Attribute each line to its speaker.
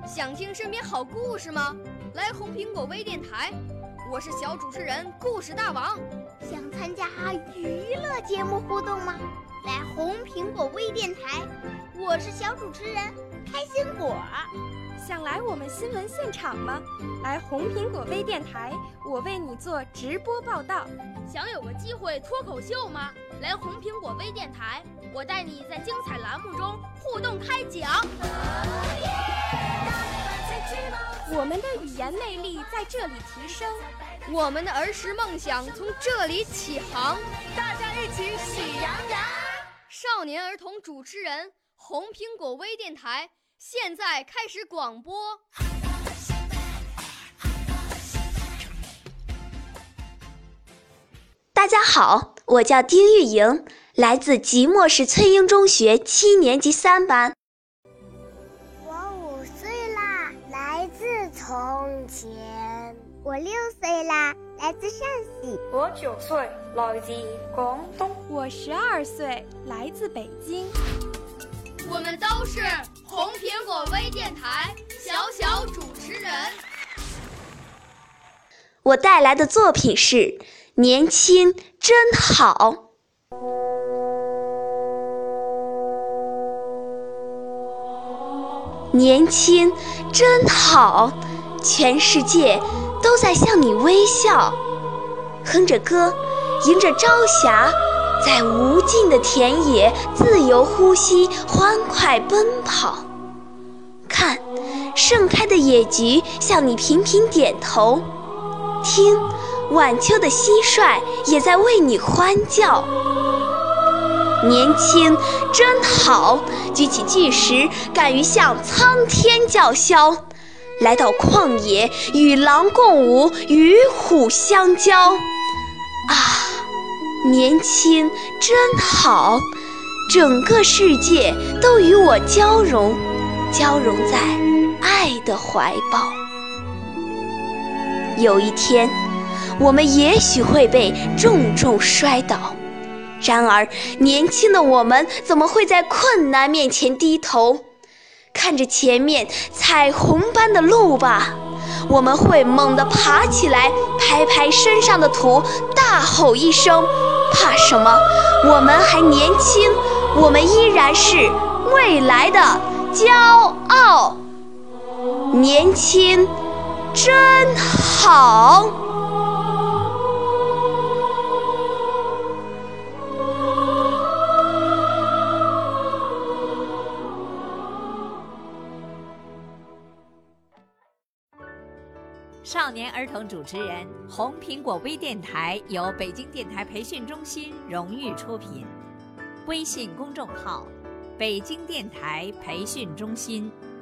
Speaker 1: 想听身边好故事吗？来红苹果微电台，我是小主持人故事大王。
Speaker 2: 想参加娱乐节目互动吗？来红苹果微电台，我是小主持人开心果。
Speaker 3: 想来我们新闻现场吗？来红苹果微电台，我为你做直播报道。
Speaker 4: 想有个机会脱口秀吗？来红苹果微电台，我带你在精彩栏目中互动开讲。
Speaker 3: 我们的语言魅力在这里提升，
Speaker 1: 我们的儿时梦想从这里起航，
Speaker 5: 大家一起喜羊羊。
Speaker 1: 少年儿童主持人，红苹果微电台现在开始广播。
Speaker 6: 大家好，我叫丁玉莹，来自即墨市翠英中学7年级3班。
Speaker 2: 我5岁啦，来自从前。我6岁啦，来自陕西。
Speaker 5: 我9岁，来自廣東。
Speaker 3: 我12歲，來自北京。
Speaker 1: 我們都是紅蘋果微電台小主持人。
Speaker 6: 我帶來的作品是年輕真好。年輕真好，全世界都在向你微笑，哼着歌，迎着朝霞，在无尽的田野自由呼吸，欢快奔跑。看，盛开的野菊向你频频点头，听，晚秋的蟋蟀也在为你欢叫。年轻真好，举起巨石，敢于向苍天叫嚣。来到旷野，与狼共舞，与虎相交。啊，年轻真好，整个世界都与我交融，交融在爱的怀抱。有一天，我们也许会被重重摔倒，然而年轻的我们怎么会在困难面前低头？看着前面彩虹般的路吧，我们会猛地爬起来，拍拍身上的土，大吼一声，怕什么？我们还年轻，我们依然是未来的骄傲。年轻真好。
Speaker 7: 少年儿童主持人，红苹果微电台由北京电台培训中心荣誉出品，微信公众号：北京电台培训中心。